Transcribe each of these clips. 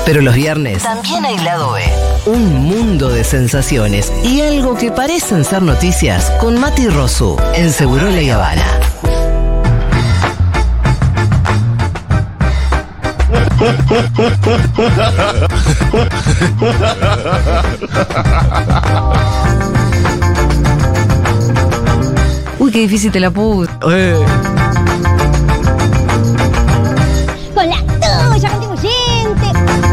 Pero los viernes también hay lado B. Un mundo de sensaciones y algo que parecen ser noticias con Mati Rosu en Segurola y Habana. Uy, qué difícil te la puse. Con la tuya, contribuyente.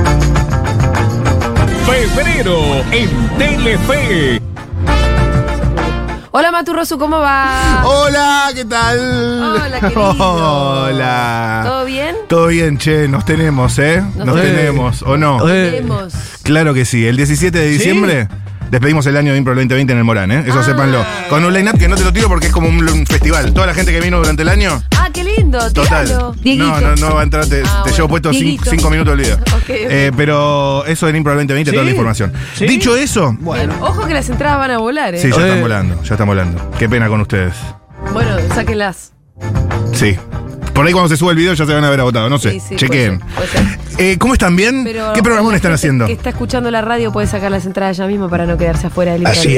Febrero en Telefe. Hola, Matu Rosu, ¿cómo va? Hola, ¿qué tal? Hola, querido. Hola. ¿Todo bien? Todo bien, che, nos tenemos, ¿eh? Nos tenemos, ¿o no? Tenemos. Claro que sí. El 17 de diciembre despedimos el año de Impro 2020 en el Morán, ¿eh? Eso sépanlo. Con un line-up que no te lo tiro porque es como un festival. Toda la gente que vino durante el año. Ah, qué lindo. Total. Tíralo. Dieguito. No va a entrar, te bueno. llevo puesto Dieguito. 5 minutos el video. Ok. Pero eso en Impro 2020, toda la información. Dicho eso, Bien. Ojo que las entradas van a volar, ¿eh? sí, ya están volando. Qué pena con ustedes. Bueno, sáquenlas. Sí. Por ahí cuando se sube el video ya se van a haber agotado, no sé. Sí, Chequen. puede ser. ¿Cómo están? ¿Bien? Pero ¿Qué programón la están gente haciendo? que está escuchando la radio puede sacar las entradas ya mismo para no quedarse afuera del Así.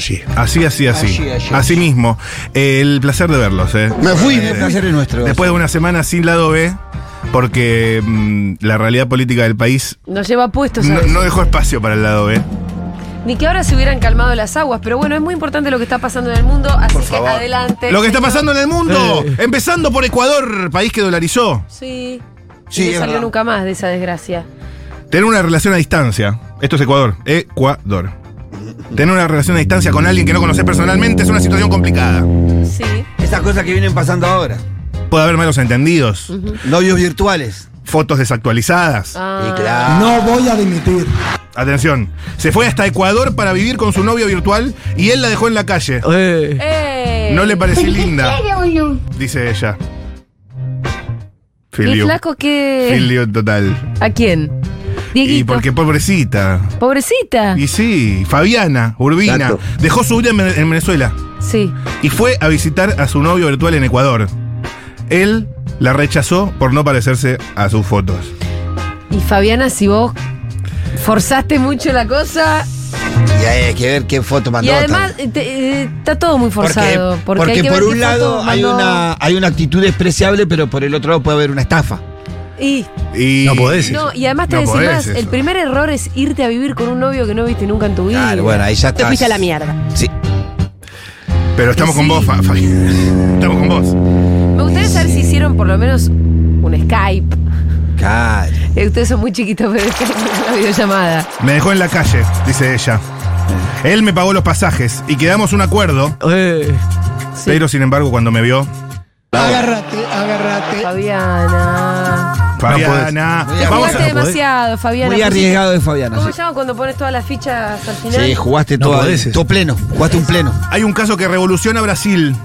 Así mismo. El placer de verlos, ¿eh? El placer es nuestro. Después de una semana sin lado B, porque la realidad política del país Nos lleva puestos. no dejó espacio para el lado B. Ni que ahora se hubieran calmado las aguas, pero bueno, es muy importante lo que está pasando en el mundo, así que adelante. Lo que está pasando en el mundo, empezando por Ecuador, país que dolarizó. Sí. Sí, No es salió verdad. nunca más de esa desgracia. Tener una relación a distancia. Esto es Ecuador. Tener una relación a distancia con alguien que no conoces personalmente es una situación complicada. Sí. Esas cosas que vienen pasando ahora. Puede haber malos entendidos, Novios virtuales. fotos desactualizadas. Ah. Y claro. No voy a dimitir. Atención, se fue hasta Ecuador para vivir con su novio virtual y él la dejó en la calle. No le pareció linda, dice ella. ¿Y el Filio. flaco que... Filio total. ¿A quién? Dieguito. Y porque pobrecita. Pobrecita. Y sí, Fabiana Urbina Exacto. dejó su vida en Venezuela Sí. y fue a visitar a su novio virtual en Ecuador. Él la rechazó por no parecerse a sus fotos. Y Fabiana, si vos forzaste mucho la cosa... Y hay que ver qué foto mandó. Y además está todo muy forzado. Porque hay que por ver un qué lado foto hay mandó. hay una actitud despreciable, pero por el otro lado puede haber una estafa. Y No podés. y además te No voy a decir podés más, eso. el primer error es irte a vivir con un novio que no viste nunca en tu vida. Claro, bueno, ahí ya está. Te fuiste a la mierda. Sí. Pero estamos Sí. con vos, Fabiana. Estamos con vos. Me gustaría saber si hicieron por lo menos un Skype. Claro. Ustedes son muy chiquitos, pero es una videollamada. Me dejó en la calle, dice ella. Él me pagó los pasajes y quedamos un acuerdo. Pero sin embargo, cuando me vio, Agárrate. Fabiana. Fabiana, Muy Te vamos jugaste demasiado, Fabiana. Muy Pusiste- arriesgado de Fabiana. ¿Cómo Sí, se llama cuando pones todas las fichas al final? Sí, jugaste No todo, podés eso. todo pleno. Jugaste un pleno. Hay un caso que revoluciona Brasil.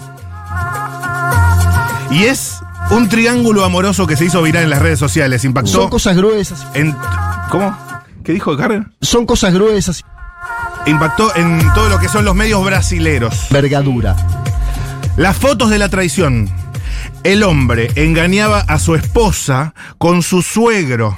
Y es un triángulo amoroso que se hizo viral en las redes sociales. Impactó Son cosas gruesas. en... ¿Cómo? ¿Qué dijo Karen? Son cosas gruesas. Impactó en todo lo que son los medios brasileros. Vergadura. Las fotos de la traición. El hombre engañaba a su esposa con su suegro.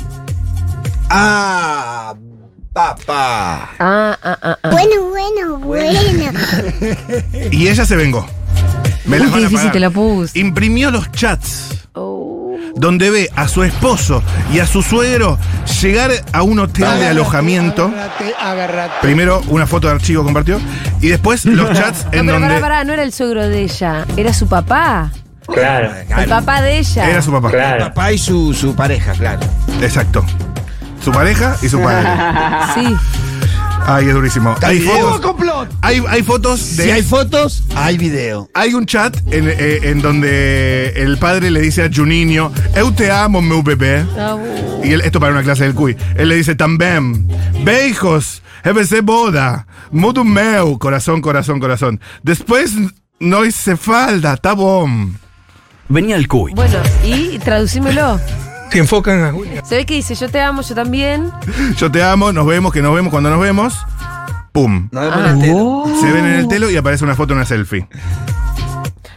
Ah, papá. Bueno. Y ella se vengó. Me Uy, las qué van a difícil pagar. te la puse. Imprimió los chats Oh. donde ve a su esposo y a su suegro llegar a un hotel de alojamiento. Agárrate. Primero una foto de archivo compartió y después los chats No, en pero donde pará, no era el suegro de ella, era su papá. Claro, El papá de ella. era su papá. claro. Papá y su pareja, claro. Exacto. Su pareja y su padre. Sí. Ay, es durísimo. Hay video. fotos. Hay fotos de. Si hay fotos, hay video. Hay un chat en donde el padre le dice a Juninho, eu te amo, meu bebé. Y él, esto para una clase del CUI. Él le dice, também, beijos, EBC boda, mudo meu, corazón, corazón, corazón. Después, no hice falta, tá bom. Venía al cuy. Bueno, y traducímelo. Se enfocan a Julia. Se ve que dice, yo te amo, yo también. Yo te amo, nos vemos, que nos vemos cuando nos vemos. Pum. Nos vemos en el telo. Se ven en el telo y aparece una foto, una selfie.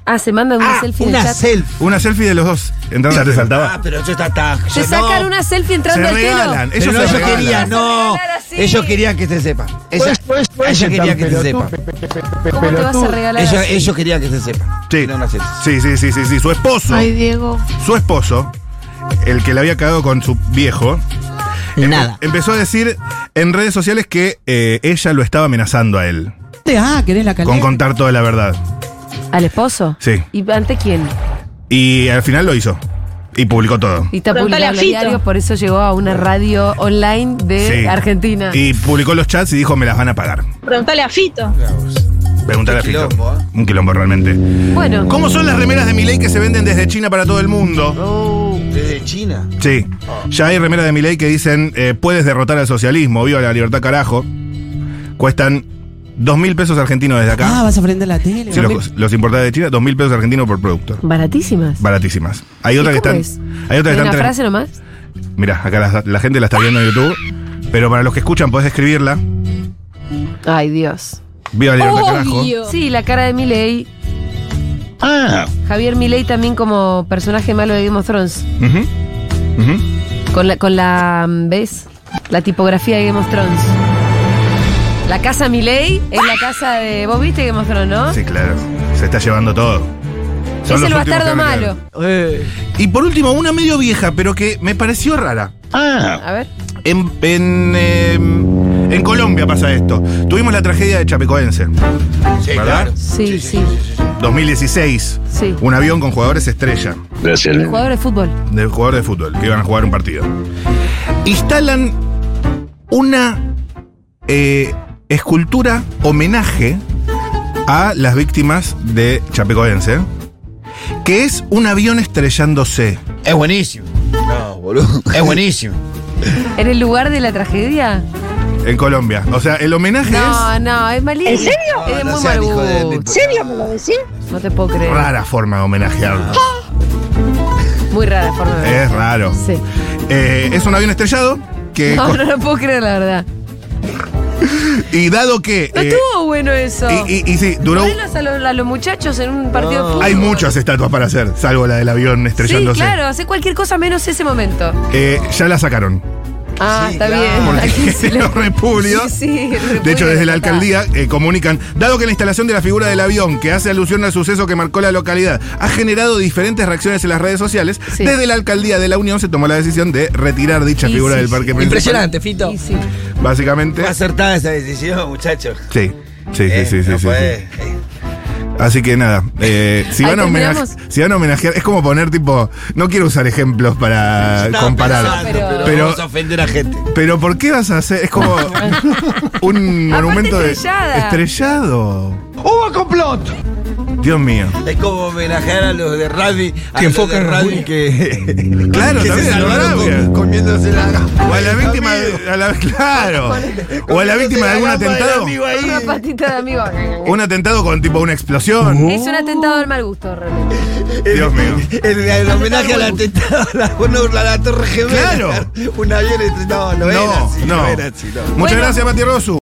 Ah, se mandan una selfie en el Una chat. selfie. Una selfie de los dos. Entrando te saltaba. Ah, pero eso está. Se sacan una selfie entrando Se al regalan. telo. Ellos Pero no, se ellos regalan. querían, no. regalar así. Ellos querían que se sepa. Ella quería que se sepa. ¿Cómo te vas a regalar así? Ellos querían que se sepa. Sí. Era una selfie. Sí. Su esposo. Ay, Diego. Su esposo, el que le había cagado con su viejo, Nada. empezó a decir en redes sociales que ella lo estaba amenazando a él ¿Querés la con contar toda la verdad. ¿Al esposo? Sí. ¿Y ante quién? Y al final lo hizo. Y publicó todo. Y está Preguntale publicando a Fito. diarios, por eso llegó a una radio online de Sí. Argentina. Y publicó los chats y dijo, me las van a pagar. Preguntale a Fito. Pregúntale a Fito. Quilombo, Un quilombo realmente. Bueno. ¿Cómo son las remeras de Milei que se venden desde China para todo el mundo? Oh. Desde China. Sí. Ya hay remeras de Milei que dicen, puedes derrotar al socialismo, viva la libertad carajo. Cuestan 2.000 pesos argentinos desde acá. vas a prender la tele. Si los importás de China, 2.000 pesos argentinos por producto. Baratísimas. Baratísimas. Hay otras ¿Y que cómo están. es? Hay otras que ¿Una están. frase nomás? Mirá, acá la gente la está viendo en YouTube. Pero para los que escuchan, podés escribirla. Ay, Dios. Viva la libertad carajo. Obvio. Sí, la cara de Milei. Ah. Javier Milei también como personaje malo de Game of Thrones. Ujú. Ujú. Con la ¿ves? La tipografía de Game of Thrones. La casa Milei es la casa de... ¿Vos viste Game of Thrones, no? Sí, claro. Se está llevando todo. Son Es los el últimos bastardo que van a malo. quedar. Y por último, una medio vieja, pero que me pareció rara. A ver. En Colombia pasa esto. Tuvimos la tragedia de Chapecoense. Sí, ¿Verdad? claro. Sí. 2016. Sí. Un avión con jugadores estrella. Jugador de fútbol. De jugadores de fútbol que iban a jugar un partido. Instalan una escultura homenaje a las víctimas de Chapecoense, que es un avión estrellándose. Es buenísimo. No, boludo. Es buenísimo. ¿En el lugar de la tragedia? En Colombia. O sea, el homenaje No, es malísimo. ¿En serio? Es de No muy sean mal hijo de- gusto. ¿En serio me lo decís? No te puedo creer. es rara forma de homenajearlo. Muy rara forma de ver. Es raro. Sí. Es un avión estrellado que... No lo puedo creer, la verdad. Y dado que... No estuvo bueno eso. y sí, duró... Ponelos a los muchachos en un partido de fútbol. Hay muchas estatuas para hacer, salvo la del avión Sí, estrellándose. claro, hace cualquier cosa menos ese momento. Ya la sacaron. Ah, Sí, está claro. bien. Porque Aquí sí los repudios. Sí, De hecho, desde la está. alcaldía comunican, dado que la instalación de la figura del avión, que hace alusión al suceso que marcó la localidad, ha generado diferentes reacciones en las redes sociales, Sí. desde la alcaldía de la Unión se tomó la decisión de retirar dicha Y figura sí, del parque sí. principal. Impresionante, Fito. Y sí. Básicamente. Fue acertada esa decisión, muchachos. Sí. Sí. No Sí. puede. Así que nada, si, Ahí van a terminamos. si van a homenajear, es como poner tipo, no quiero usar ejemplos para Estaba comparar, pensando, pero- vamos a ofender a gente. pero ¿por qué vas a hacer? Es como un monumento de estrellada. estrellado. ¡Hubo complot! Dios mío. Es como homenajear a los de rugby. Que enfocan a rugby que. Claro, que también, se salvaron los rugby. comiéndose la. O a la víctima, claro. O a la víctima de algún atentado. Una patita de amigo. Un atentado con tipo una explosión. Es un atentado al mal gusto, realmente. Dios mío. El homenaje al atentado a la Torre Gemela. Claro. Un avión. No era así. No. No era así, no. Muchas Bueno. gracias, Mati Rosu.